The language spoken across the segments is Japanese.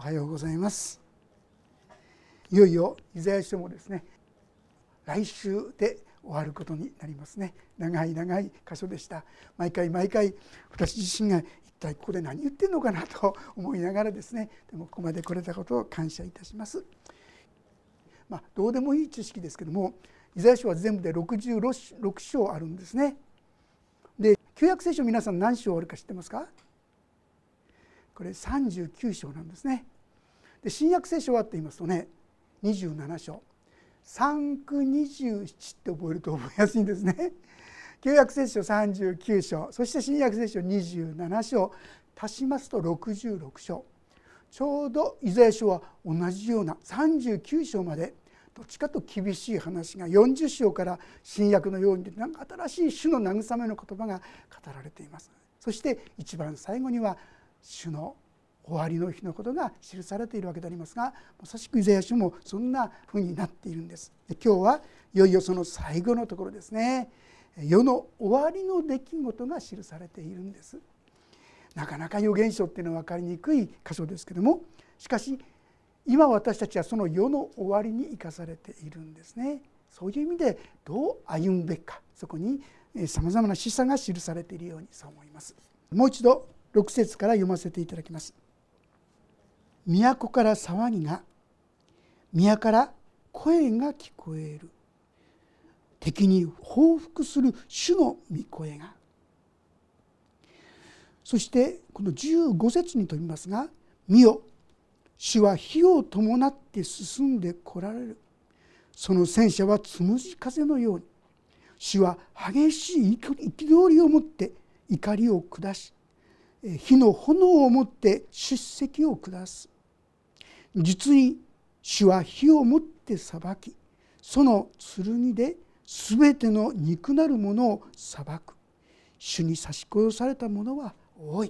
はようございます。いよいよイザヤ書もですね、来週で終わることになりますね。長い箇所でした。毎回私自身が一体ここで何言ってんのかなと思いながらですね、でもここまで来れたことを感謝いたします。どうでもいい知識ですけども、イザヤ書は全部で66章あるんですね。で、旧約聖書皆さん何章あるか知ってますか？これ39章なんですね。で、新約聖書はって言いますとね、27章。3区27って覚えると覚えやすいんですね。旧約聖書39章、そして新約聖書27章、足しますと66章。ちょうどイザヤ書は同じような39章までどっちかと厳しい話が、40章から新約のように新しい主の慰めの言葉が語られています。そして一番最後には主の終わりの日のことが記されているわけでありますが、まさしくイザヤ書もそんなふうになっているんです。で、今日はいよいよその最後のところですね。世の終わりの出来事が記されているんです。なかなか預言書っていうのは分かりにくい箇所ですけども、しかし今私たちはその世の終わりに生かされているんですね。そういう意味でどう歩むべきか、そこにさまざまな示唆が記されているようにそう思います。もう一度6節から読ませていただきます。都から騒ぎが、宮から声が聞こえる。敵に報復する主の御声が。そしてこの15節に飛びますが、見よ、主は火を伴って進んで来られる。その戦車はつむじ風のように。主は激しい憤りをもって怒りを下し、火の炎をもって叱責を下す。実に主は火をもって裁き、その剣ですべての憎なる者を裁く。主に差し殺された者は多い。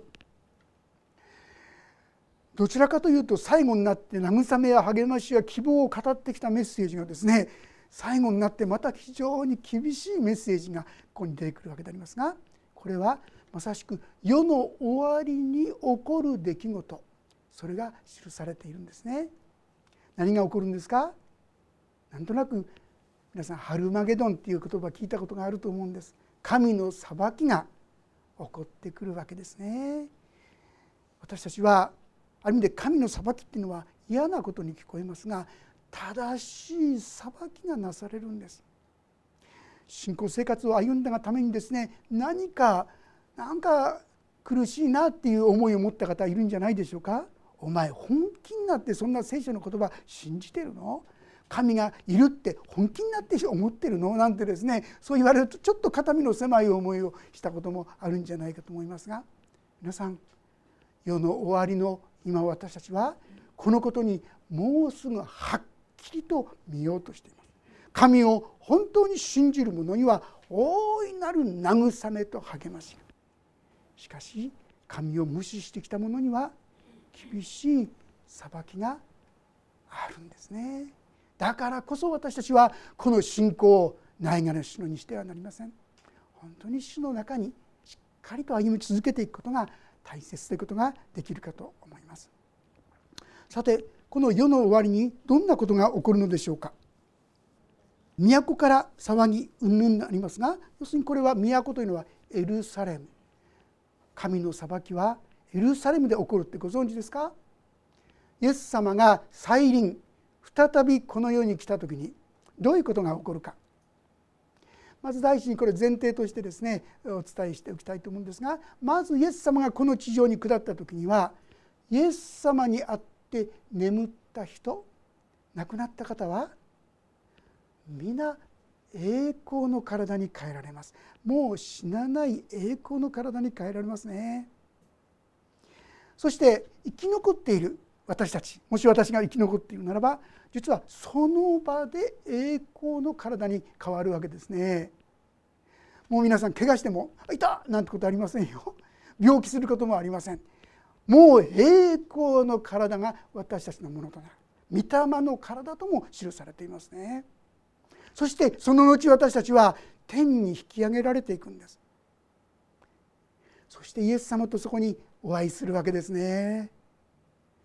どちらかというと最後になって慰めや励ましや希望を語ってきたメッセージがですね、最後になってまた非常に厳しいメッセージがここに出てくるわけでありますが、これはまさしく世の終わりに起こる出来事、それが記されているんですね。何が起こるんですか？なんとなく皆さんハルマゲドンっていう言葉聞いたことがあると思うんです。神の裁きが起こってくるわけですね。私たちはある意味で神の裁きっていうのは嫌なことに聞こえますが、正しい裁きがなされるんです。信仰生活を歩んだがためにですね、なんか苦しいなっていう思いを持った方いるんじゃないでしょうか。お前本気になってそんな聖書の言葉信じてるの？神がいるって本気になって思ってるの？なんてですね、そう言われるとちょっと肩身の狭い思いをしたこともあるんじゃないかと思いますが、皆さん、世の終わりの今私たちはこのことにもうすぐはっきりと見ようとしています。神を本当に信じる者には大いなる慰めと励ましが、しかし神を無視してきた者には厳しい裁きがあるんですね。だからこそ私たちはこの信仰をないがらしのにしてはなりません。本当に主の中にしっかりと歩み続けていくことが大切ということができるかと思います。さて、この世の終わりにどんなことが起こるのでしょうか。都から騒ぎ云々になりますが、要するにこれは都というのはエルサレム。神の裁きはエルサレムで起こるってご存知ですか？イエス様が再臨、再びこの世に来た時にどういうことが起こるか。まず第一にこれ前提としてですね、お伝えしておきたいと思うんですが、まずイエス様がこの地上に下った時には、イエス様に会って眠った人、亡くなった方は皆栄光の体に変えられます。もう死なない栄光の体に変えられますね。そして生き残っている私たち、もし私が生き残っているならば、実はその場で栄光の体に変わるわけですね。もう皆さん怪我しても「いた!」なんてことありませんよ。病気することもありません。もう栄光の体が私たちのものとなる。御霊の体とも記されていますね。そしてその後私たちは天に引き上げられていくんです。そしてイエス様とそこにお会いするわけですね。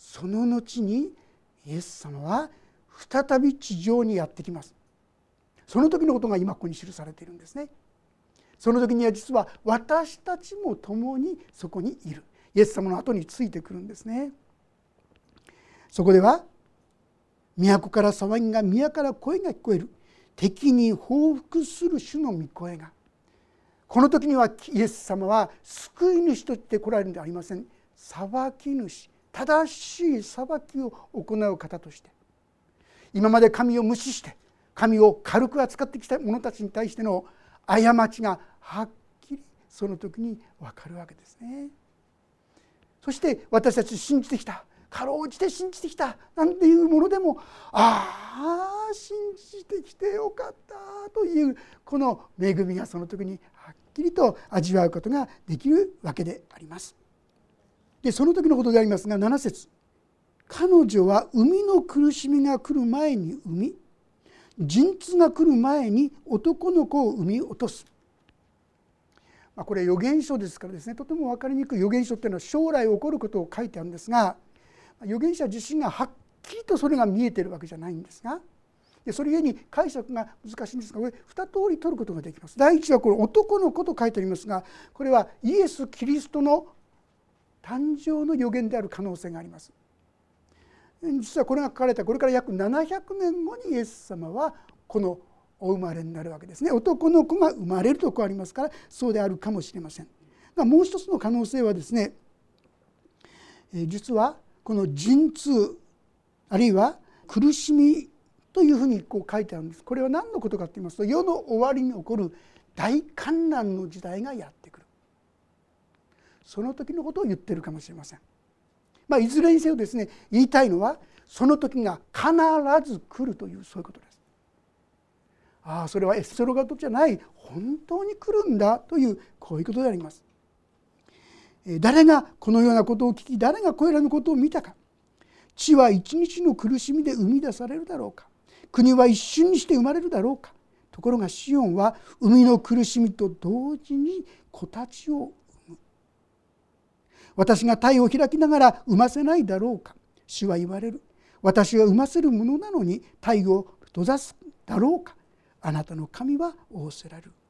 その後にイエス様は再び地上にやってきます。その時のことが今ここに記されているんですね。その時には実は私たちも共にそこにいる。イエス様の後についてくるんですね。そこでは都から騒ぎが、宮から声が聞こえる。敵に報復する主の御声が。この時にはイエス様は救い主として来られるのではありません。裁き主、正しい裁きを行う方として、今まで神を無視して神を軽く扱ってきた者たちに対しての過ちがはっきりその時に分かるわけですね。そして私たち信じてきた、かろうじて信じてきたなんていうものでも、ああ信じてきてよかったというこの恵みがその時にはっきりと味わうことができるわけであります。でその時のことでありますが、7節、彼女は生みの苦しみが来る前に産み、陣痛が来る前に男の子を産み落とす。これ預言書ですからですね、とても分かりにくい。預言書っていうのは将来起こることを書いてあるんですが、預言者自身がはっきりとそれが見えているわけじゃないんですが、でそれゆえに解釈が難しいんですが、これ2通り取ることができます。第一はこれ男の子と書いてありますが、これはイエス・キリストの誕生の預言である可能性があります。実はこれが書かれたこれから約700年後にイエス様はこのお生まれになるわけですね。男の子が生まれるとこうありますから、そうであるかもしれませんが、もう一つの可能性はですね、実はこの陣痛あるいは苦しみというふうにこう書いてあるんです。これは何のことかと言いますと、世の終わりに起こる大観難の時代がやってくる、その時のことを言っているかもしれません。いずれにせよですね、言いたいのはその時が必ず来るという、そういうことです。それはエステロガトじゃない、本当に来るんだという、こういうことであります。誰がこのようなことを聞き、誰がこれらのことを見たか。地は一日の苦しみで生み出されるだろうか。国は一瞬にして生まれるだろうか。ところがシオンは生みの苦しみと同時に子たちを産む。私が胎を開きながら産ませないだろうか。主は言われる。私は産ませるものなのに胎を閉ざすだろうか。あなたの神は仰せられる。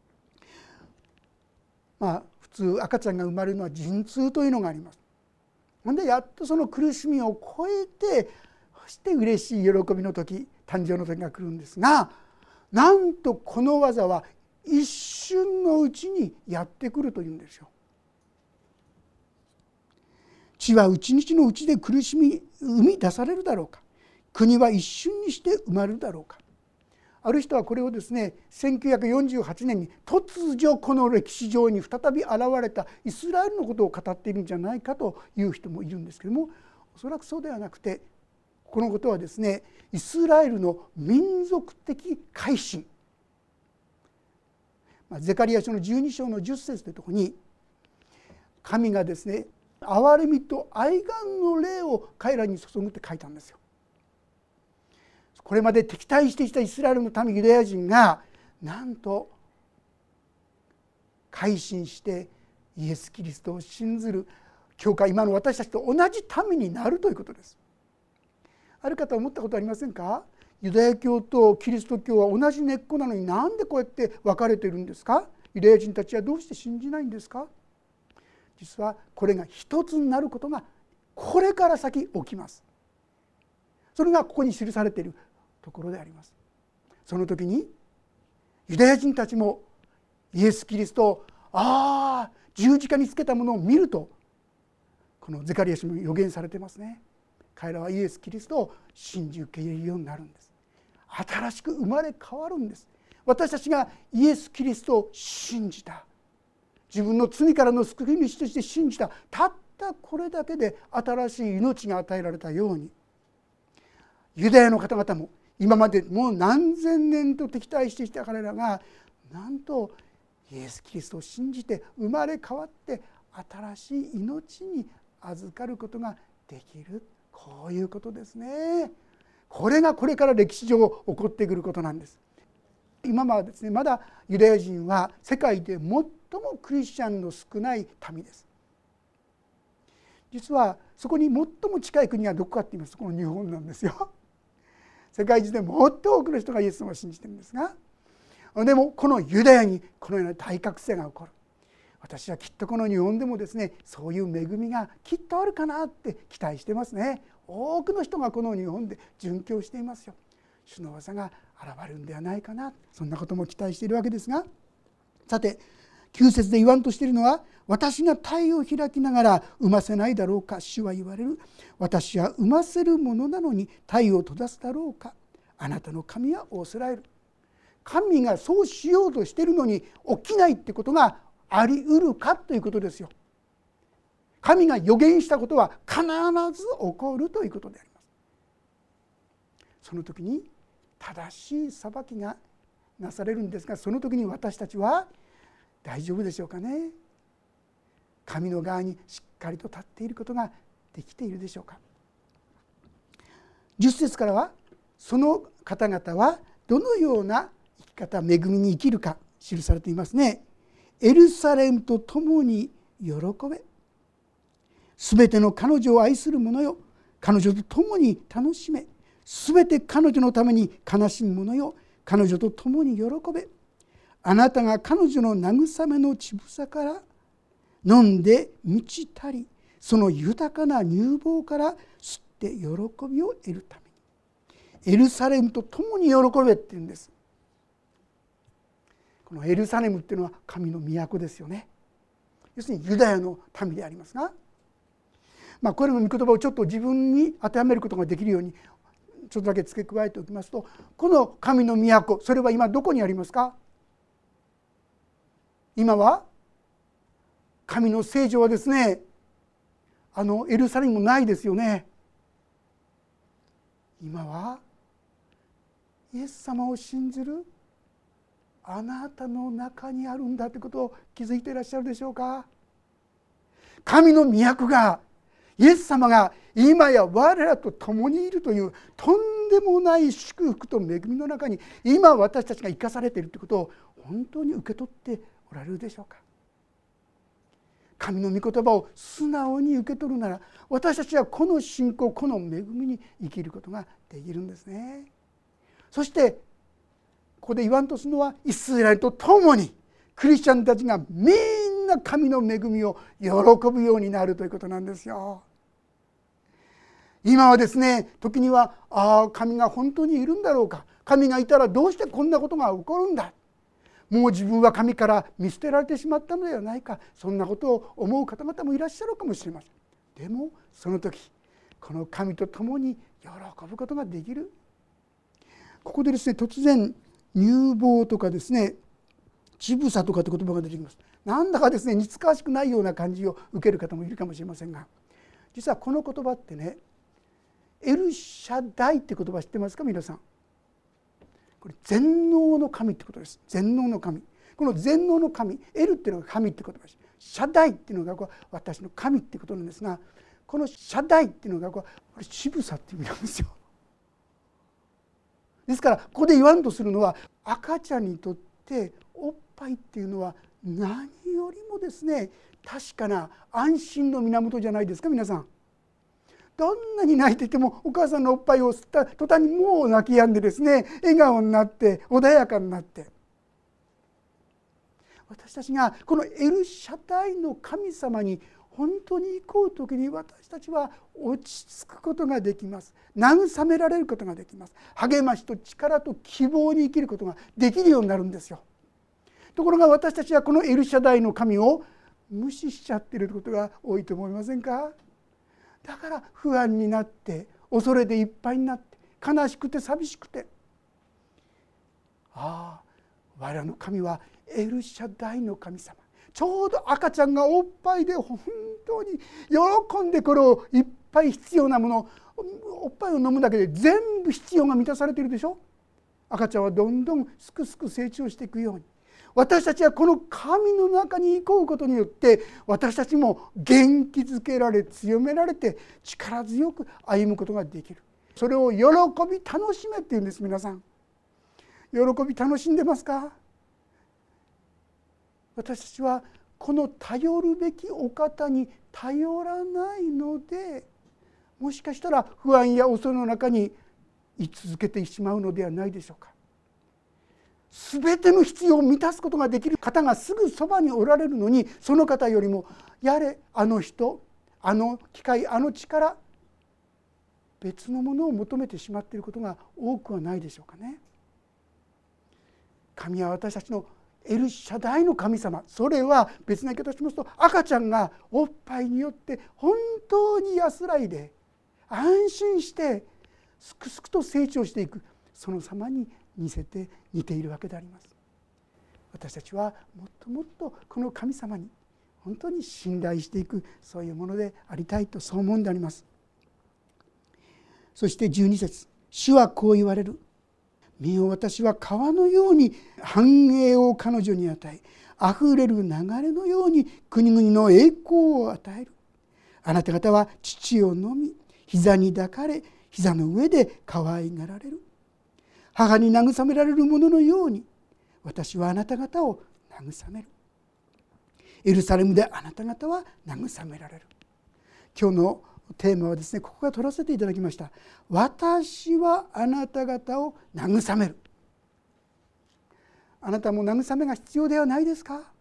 普通赤ちゃんが生まれるのは陣痛というのがあります。ほんでやっとその苦しみを超えて、そして嬉しい喜びの時、誕生の時が来るんですが、なんとこの技は一瞬のうちにやってくるというんですよ。地は一日のうちで苦しみ生み出されるだろうか。国は一瞬にして生まれるだろうか。ある人はこれをですね、1948年に突如この歴史上に再び現れたイスラエルのことを語っているんじゃないかという人もいるんですけれども、おそらくそうではなくて、このことはですね、イスラエルの民族的改心、ゼカリヤ書の12章の10節というところに、神がですね、憐れみと愛願の霊を彼らに注ぐって書いたんですよ。これまで敵対してきたイスラエルの民ユダヤ人がなんと改心してイエス・キリストを信ずる教会、今の私たちと同じ民になるということです。ある方は思ったことありませんか？ユダヤ教とキリスト教は同じ根っこなのに、なんでこうやって分かれているんですか？ユダヤ人たちはどうして信じないんですか？実はこれが一つになることがこれから先起きます。それがここに記されているところであります。その時にユダヤ人たちもイエス・キリストを十字架につけたものを見ると、このゼカリヤ書に予言されてますね。彼らはイエス・キリストを信じ受け入れるようになるんです。新しく生まれ変わるんです。私たちがイエス・キリストを信じた、自分の罪からの救い主として信じた、たったこれだけで新しい命が与えられたように、ユダヤの方々も今までもう何千年と敵対してきた彼らが、なんとイエス・キリストを信じて生まれ変わって新しい命に預かることができる、こういうことですね。これがこれから歴史上起こってくることなんです。今はですね、まだユダヤ人は世界で最もクリスチャンの少ない民です。 実はそこに最も近い国はどこかって言いますと、この日本なんですよ。世界中で最も多くの人がイエス様を信じているんですが、でもこのユダヤにこのような大覚醒が起こる。私はきっとこの日本でもですね、そういう恵みがきっとあるかなって期待してますね。多くの人がこの日本で殉教していますよ。主の技が現れるんではないかな、そんなことも期待しているわけですが、さて9節で言わんとしているのは、私が体を開きながら産ませないだろうか、主は言われる。私は産ませるものなのに体を閉ざすだろうか。あなたの神は仰せられる。神がそうしようとしているのに起きないってことがあり得るかということですよ。神が予言したことは必ず起こるということであります。その時に正しい裁きがなされるんですが、その時に私たちは大丈夫でしょうかね。神の側にしっかりと立っていることができているでしょうか。10節からは、その方々はどのような生き方、恵みに生きるか記されていますね。エルサレムと共に喜べ。すべての彼女を愛する者よ、彼女と共に楽しめ。すべて彼女のために悲しむ者よ、彼女と共に喜べ。あなたが彼女の慰めの乳房から飲んで満ちたり、その豊かな乳房から吸って喜びを得るために、エルサレムと共に喜べって言うんです。このエルサレムっていうのは神の都ですよね。要するにユダヤの民でありますが、これの御言葉をちょっと自分に当てはめることができるようにちょっとだけ付け加えておきますと、この神の都、それは今どこにありますか。今は神の聖女はですね、エルサレムもないですよね。今はイエス様を信じるあなたの中にあるんだということを気づいていらっしゃるでしょうか。神の都が、イエス様が今や我らと共にいるというとんでもない祝福と恵みの中に今私たちが生かされているということを本当に受け取っておられるでしょうか。神の御言葉を素直に受け取るなら、私たちはこの信仰、この恵みに生きることができるんですね。そしてここで言わんとするのは、イスラエルと共にクリスチャンたちがみんな神の恵みを喜ぶようになるということなんですよ。今はですね、時には神が本当にいるんだろうか、神がいたらどうしてこんなことが起こるんだ、もう自分は神から見捨てられてしまったのではないか、そんなことを思う方々もいらっしゃるかもしれません。でもその時、この神と共に喜ぶことができる。ここでですね、突然乳房とかですね、乳房とかという言葉が出てきます。なんだかですね、似つかわしくないような感じを受ける方もいるかもしれませんが、実はこの言葉ってね、エルシャダイって言葉知ってますか皆さん。これ全能の神ってことです。全能の神。この全能の神、エルっていうのが神って言葉です。シャダイっていうのが私の神ってことなんですが、このシャダイっていうのがこれ乳房っていう意味なんですよ。ですからここで言わんとするのは、赤ちゃんにとっておっぱいっていうのは何よりもですね、確かな安心の源じゃないですか皆さん。どんなに泣いててもお母さんのおっぱいを吸った途端にもう泣き止んでですね、笑顔になって穏やかになって、私たちがこのエルシャダイの神様に本当に行こうときに、私たちは落ち着くことができます。慰められることができます。励ましと力と希望に生きることができるようになるんですよ。ところが私たちはこのエルシャダイの神を無視しちゃっていることが多いと思いませんか。だから不安になって恐れでいっぱいになって悲しくて寂しくて、我らの神はエルシャダイの神様、ちょうど赤ちゃんがおっぱいで本当に喜んでこれをいっぱい必要なもの、おっぱいを飲むだけで全部必要が満たされているでしょ。赤ちゃんはどんどんすくすく成長していくように、私たちはこの神の中に行こうことによって私たちも元気づけられ強められて力強く歩むことができる。それを喜び楽しめっていうんです。皆さん喜び楽しんでますか。私たちはこの頼るべきお方に頼らないので、もしかしたら不安や恐れの中に居続けてしまうのではないでしょうか。すべての必要を満たすことができる方がすぐそばにおられるのに、その方よりもやれあの人、あの機会、あの力、別のものを求めてしまっていることが多くはないでしょうかね。神は私たちのエルシャダイの神様、それは別な言い方をしますと、赤ちゃんがおっぱいによって本当に安らいで安心してすくすくと成長していく、その様に似ているわけであります。私たちはもっともっとこの神様に本当に信頼していく、そういうものでありたいと、そう思うんであります。そして12節、主はこう言われる。見よ、私は川のように繁栄を彼女に与え、あふれる流れのように国々の栄光を与える。あなた方は乳を飲み、膝に抱かれ、膝の上で可愛がられる。母に慰められるもののように、私はあなた方を慰める。エルサレムであなた方は慰められる。今日のテーマはですね、ここから取らせていただきました。私はあなた方を慰める。あなたも慰めが必要ではないですか。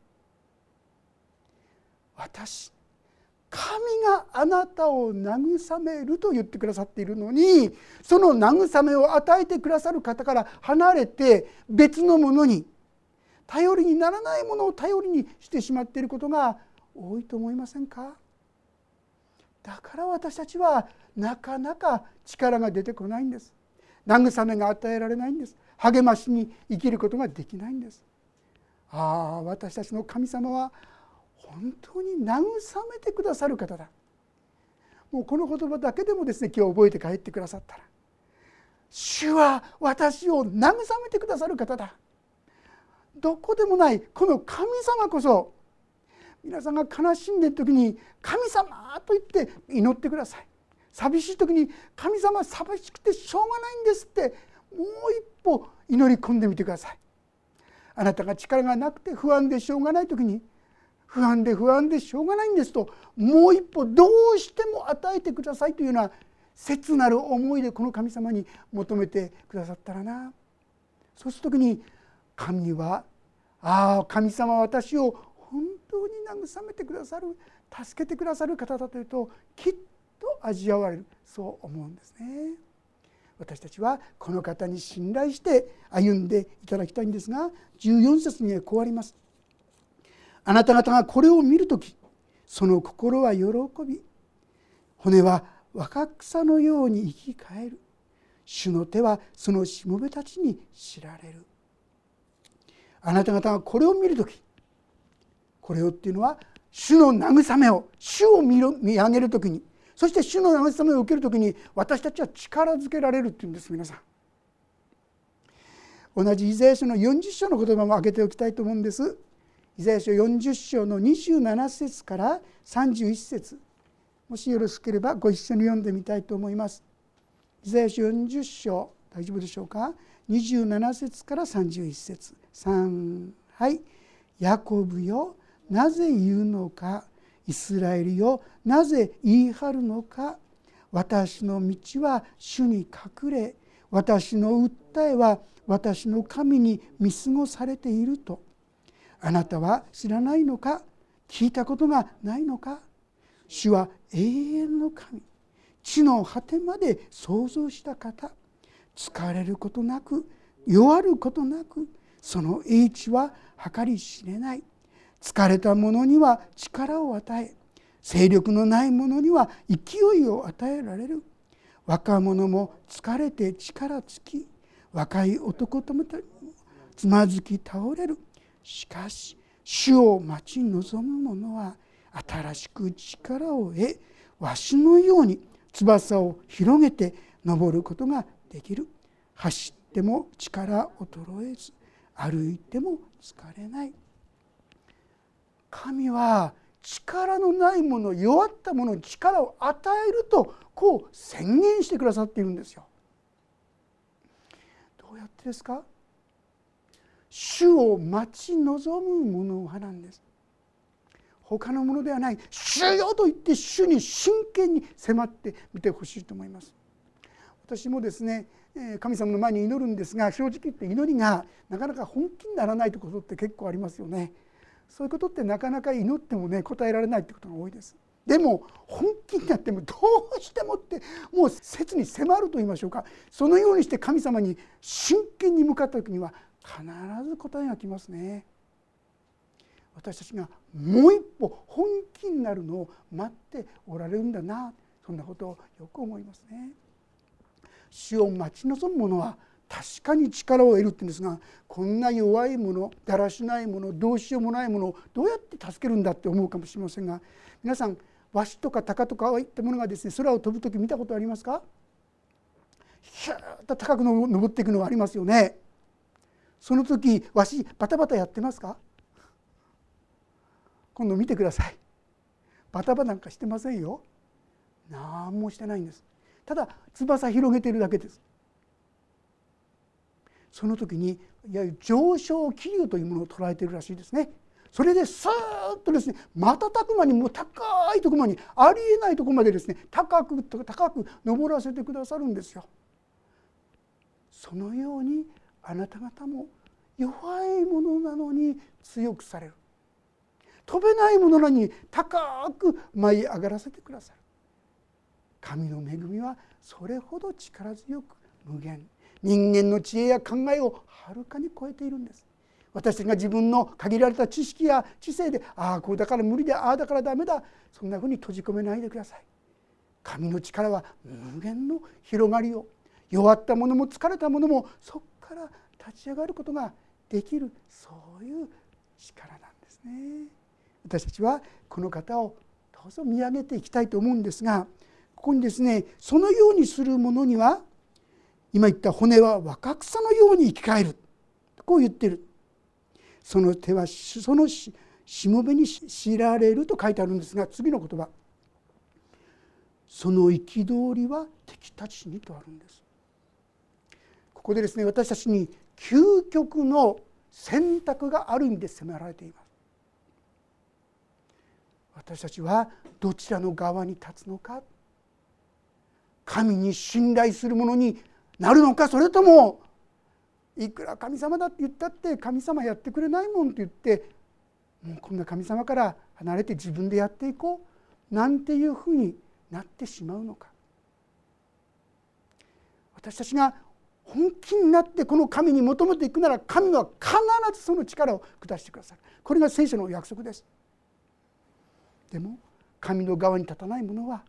神があなたを慰めると言ってくださっているのに、その慰めを与えてくださる方から離れて別のものに、頼りにならないものを頼りにしてしまっていることが多いと思いませんか。だから私たちはなかなか力が出てこないんです。慰めが与えられないんです。励ましに生きることができないんです。私たちの神様は本当に慰めてくださる方だ。もうこの言葉だけでもですね、今日覚えて帰ってくださったら、主は私を慰めてくださる方だ。どこでもないこの神様こそ、皆さんが悲しんでいる時に神様と言って祈ってください。寂しい時に神様寂しくてしょうがないんですってもう一歩祈り込んでみてください。あなたが力がなくて不安でしょうがない時に、不安でしょうがないんですと、もう一歩どうしても与えてくださいというような切なる思いでこの神様に求めてくださったらな。そうする時に神は神様は私を本当に慰めてくださる、助けてくださる方だというときっと味わわれる、そう思うんですね。私たちはこの方に信頼して歩んでいただきたいんですが、14節にはこうあります。あなた方がこれを見るとき、その心は喜び、骨は若草のように生き返る。主の手はそのしもべたちに知られる。あなた方がこれを見るとき、これをっていうのは主の慰めを、主を見上げるときに、そして主の慰めを受けるときに私たちは力づけられるっていうんです。皆さん、同じイザヤ書の40章の言葉も挙げておきたいと思うんです。イザヤ書40章の27節から31節、もしよろしければご一緒に読んでみたいと思います。イザヤ書40章、大丈夫でしょうか。27節から31節、3、はい。ヤコブよ、なぜ言うのか。イスラエルよ、なぜ言い張るのか。私の道は主に隠れ、私の訴えは私の神に見過ごされていると。あなたは知らないのか。聞いたことがないのか。主は永遠の神、地の果てまで創造した方。疲れることなく、弱ることなく、その英知は計り知れない。疲れた者には力を与え、勢力のない者には勢いを与えられる。若者も疲れて力尽き、若い男ともつまずき倒れる。しかし主を待ち望む者は新しく力を得、わしのように翼を広げて登ることができる。走っても力衰えず、歩いても疲れない。神は力のない者、弱った者に力を与えるとこう宣言してくださっているんですよ。どうやってですか。主を待ち望む者派なんです。 他のものではない、主よと言って主に真剣に迫ってみてほしいと思います。私もですね、神様の前に祈るんですが、正直言って祈りがなかなか本気にならないことって結構ありますよね。そういうことってなかなか祈ってもね、答えられないってことが多いです。でも本気になってもどうしてもってもう切に迫ると言いましょうか、そのようにして神様に真剣に向かった時には必ず答えが来ますね。私たちがもう一歩本気になるのを待っておられるんだな、そんなことをよく思いますね。主を待ち望む者は確かに力を得るって言うんですが、こんな弱いもの、だらしないもの、どうしようもないものをどうやって助けるんだって思うかもしれませんが、皆さんワシとかタカとかいったものがですね、空を飛ぶ時見たことありますか？ヒューッと高く登っていくのがありますよね。その時ワシバタバタやってますか？今度見てください。バタバタなんかしてませんよ。何もしてないんです。ただ翼広げているだけです。その時にいわゆる上昇気流というものを捉えているらしいですね。それでスーッとですね、瞬く間にもう高いところまで、ありえないところまでですね、高く登らせてくださるんですよ。そのようにあなた方も弱いものなのに強くされる、飛べないものなのに高く舞い上がらせてくださる。神の恵みはそれほど力強く無限、人間の知恵や考えをはるかに超えているんです。私たちが自分の限られた知識や知性で、ああこうだから無理だ、ああだからダメだ、そんなふうに閉じ込めないでください。神の力は無限の広がりを、弱った者も疲れた者もそこから立ち上がることができる、そういう力なんですね。私たちはこの方をどうぞ見上げていきたいと思うんですが、ここにですね、そのようにする者には今言った骨は若草のように生き返る、こう言ってる。その手はそのしもべに知られると書いてあるんですが、次の言葉、その憤りは敵たちにとあるんです。ここでですね、私たちに究極の選択がある意味で迫られています。私たちはどちらの側に立つのか、神に信頼する者になるのか、それともいくら神様だって言ったって神様やってくれないもんって言って、もうこんな神様から離れて自分でやっていこうなんていうふうになってしまうのか。私たちが本気になってこの神に求めていくなら、神は必ずその力を下してくださる。これが聖書の約束です。でも神の側に立たない者は、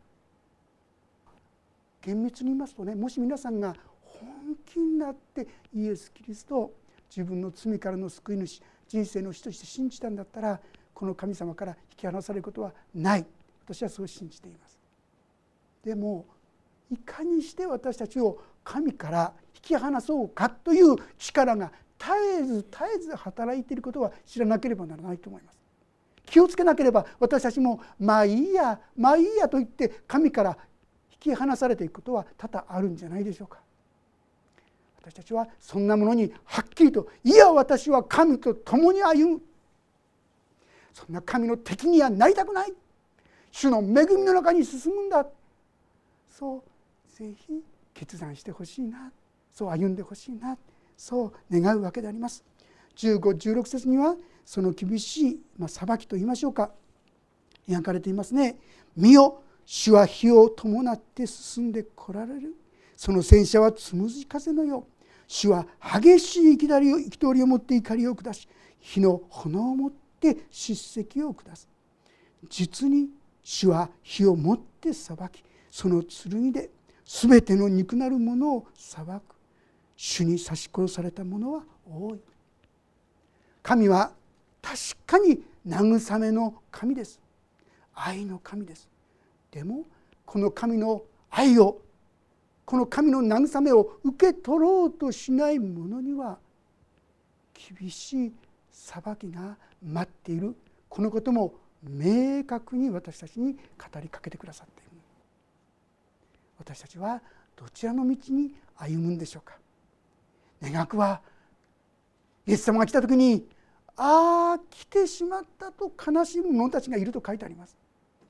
厳密に言いますとね、もし皆さんが本気になってイエス・キリストを自分の罪からの救い主、人生の主として信じたんだったら、この神様から引き離されることはない。私はそう信じています。でもいかにして私たちを神から引き離そうかという力が絶えず働いていることは知らなければならないと思います。気をつけなければ私たちもまあいいやと言って神から引き離されていくことは多々あるんじゃないでしょうか。私たちはそんなものにはっきりと、いや私は神と共に歩む、そんな神の敵にはなりたくない、主の恵みの中に進むんだ、そうぜひ決断してほしいな、そう歩んでほしいな、そう願うわけであります。15、16節にはその厳しい裁きと言いましょうか、描かれていますね。見よ、主は火を伴って進んで来られる。その戦車はつむじ風のよう。主は激しい憤りを持って怒りを下し、火の炎を持って叱責を下す。実に主は火を持って裁き、その剣で全ての憎なるものを裁く。主に刺し殺された者は多い。神は確かに慰めの神です。愛の神です。でもこの神の愛を、この神の慰めを受け取ろうとしない者には厳しい裁きが待っている、このことも明確に私たちに語りかけてくださっている。私たちはどちらの道に歩むんでしょうか。願くはイエス様が来た時に、 ああ来てしまったと悲しむ者たちがいると書いてあります。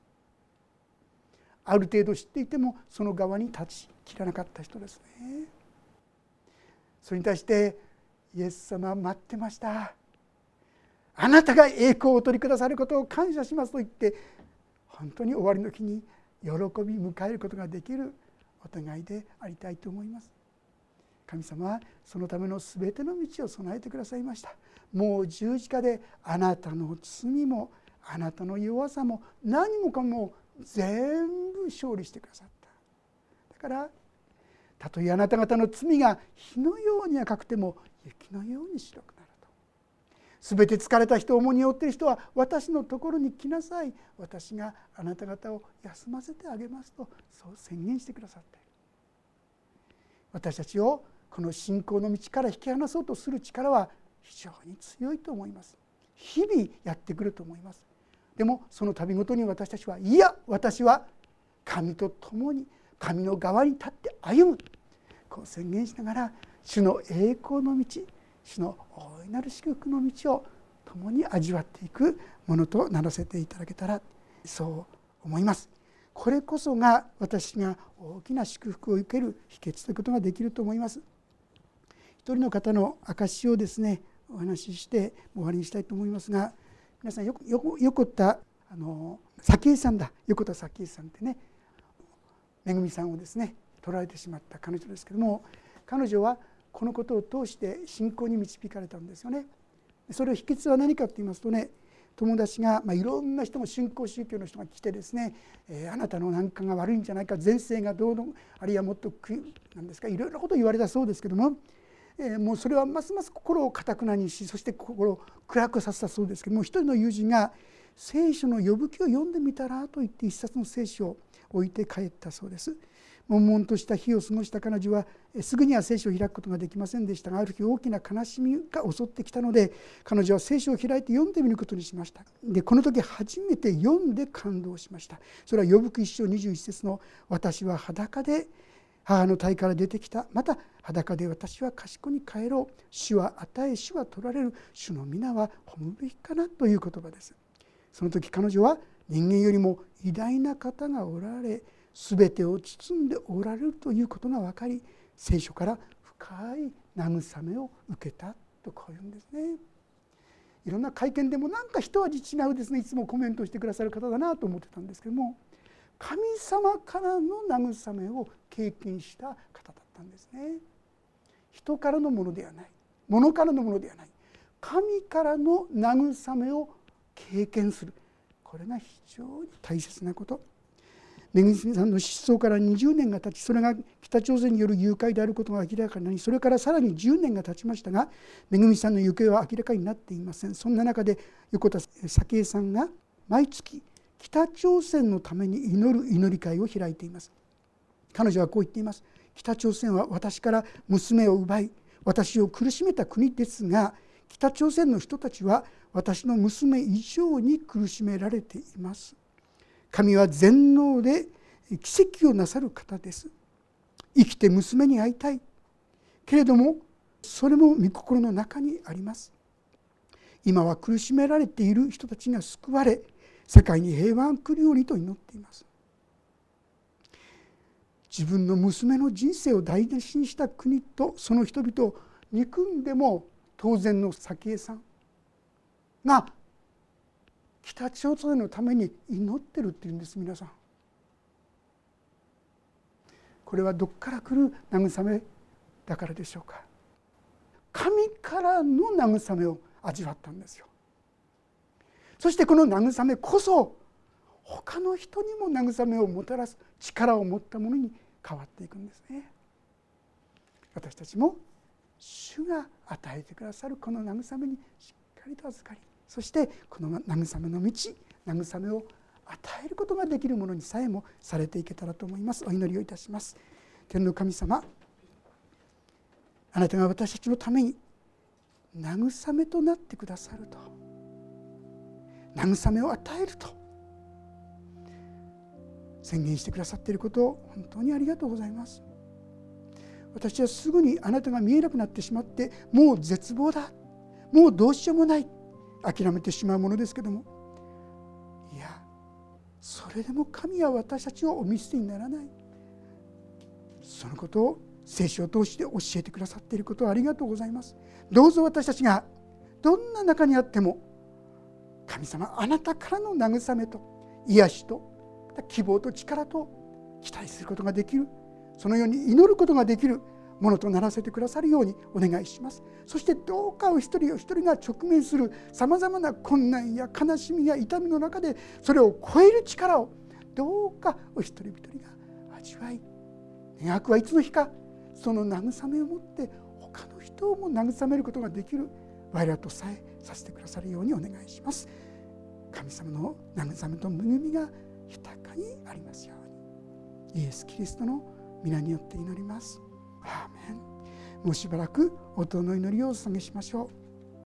ある程度知っていてもその側に立ちきらなかった人ですね。それに対してイエス様は待ってました。あなたが栄光をお取りくださることを感謝しますと言って、本当に終わりの日に喜び迎えることができるお互いでありたいと思います。神様はそのためのすべての道を備えてくださいました。もう十字架であなたの罪もあなたの弱さも何もかも全部勝利してくださった。だからたとえあなた方の罪が火のように赤くても雪のように白くなると。すべて疲れた人、重荷を負っている人は私のところに来なさい、私があなた方を休ませてあげますと、そう宣言してくださっている。私たちをこの信仰の道から引き離そうとする力は非常に強いと思います。日々やってくると思います。でもその度ごとに私たちは、いや私は神と共に神の側に立って歩む、こう宣言しながら主の栄光の道、主の大いなる祝福の道を共に味わっていくものとならせていただけたら、そう思います。これこそが私が大きな祝福を受ける秘訣ということができると思います。一人の方の証をですねお話しして終わりにしたいと思いますが、皆さん横田早紀江さんだ、横田早紀江さんってね、めぐみさんをですね取られてしまった彼女ですけども、彼女はこのことを通して信仰に導かれたんですよね。それを秘訣は何かと言いますとね、友達が、いろんな人も新興宗教の人が来てですね、あなたの何かが悪いんじゃないか、前世がどうの、あるいはもっとなんですか、いろいろなことを言われたそうですけども、もうそれはますます心を堅くなにし、そして心を暗くさせたそうですけども、一人の友人が聖書の呼ぶ記を読んでみたらと言って一冊の聖書を置いて帰ったそうです。悶々とした日を過ごした彼女はすぐには聖書を開くことができませんでしたが、ある日大きな悲しみが襲ってきたので、彼女は聖書を開いて読んでみることにしました。でこの時初めて読んで感動しました。それは呼ぶ記1章21節の私は裸で母の体から出てきた、また裸で私は賢に帰ろう、主は与え主は取られる、主の皆は褒むべきかなという言葉です。その時彼女は人間よりも偉大な方がおられ、すべてを包んでおられるということが分かり、聖書から深い慰めを受けたとこう言うんですね。いろんな会見でもなんか一味違うですね、いつもコメントしてくださる方だなと思ってたんですけども、神様からの慰めを経験した方だったんですね。人からのものではない、物からのものではない、神からの慰めを経験する、これが非常に大切なこと。めぐみさんの失踪から20年が経ち、それが北朝鮮による誘拐であることが明らかになり、それからさらに10年が経ちましたが、めぐみさんの行方は明らかになっていません。そんな中で横田早紀江さんが毎月北朝鮮のために祈る祈り会を開いています。彼女はこう言っています。北朝鮮は私から娘を奪い、私を苦しめた国ですが、北朝鮮の人たちは私の娘以上に苦しめられています。神は全能で奇跡をなさる方です。生きて娘に会いたいけれども、それも御心の中にあります。今は苦しめられている人たちが救われ、世界に平和が来るようにと祈っています。自分の娘の人生を台無しにした国とその人々を憎んでも当然の早紀江さんが北朝鮮のために祈ってるっていうんです。皆さん、これはどこから来る慰めだからでしょうか。神からの慰めを味わったんですよ。そしてこの慰めこそ他の人にも慰めをもたらす力を持ったものに変わっていくんですね。私たちも主が与えてくださるこの慰めにしっかりと預かり、そしてこの慰めの道、慰めを与えることができるものにさえもされていけたらと思います。お祈りをいたします。天の神様、あなたが私たちのために慰めとなってくださると、慰めを与えると宣言してくださっていることを本当にありがとうございます。私はすぐにあなたが見えなくなってしまって、もう絶望だ、もうどうしようもない、 諦めてしまうものですけども、いや、それでも神は私たちをお見捨てにならない、そのことを聖書を通して教えてくださっていることをありがとうございます。どうぞ私たちがどんな中にあっても、神様あなたからの慰めと癒しと希望と力と期待することができる、そのように祈ることができるものとならせてくださるようにお願いします。そしてどうかお一人お一人が直面するさまざまな困難や悲しみや痛みの中で、それを超える力をどうかお一人一人が味わい、願わくはいつの日かその慰めを持って他の人をも慰めることができる我らとさえさせてくださるようにお願いします。神様の慰めと恵みが豊かにありますように、イエス・キリストの皆によって祈ります。アーメン。もうしばらくお祷の祈りをお捧げしましょう。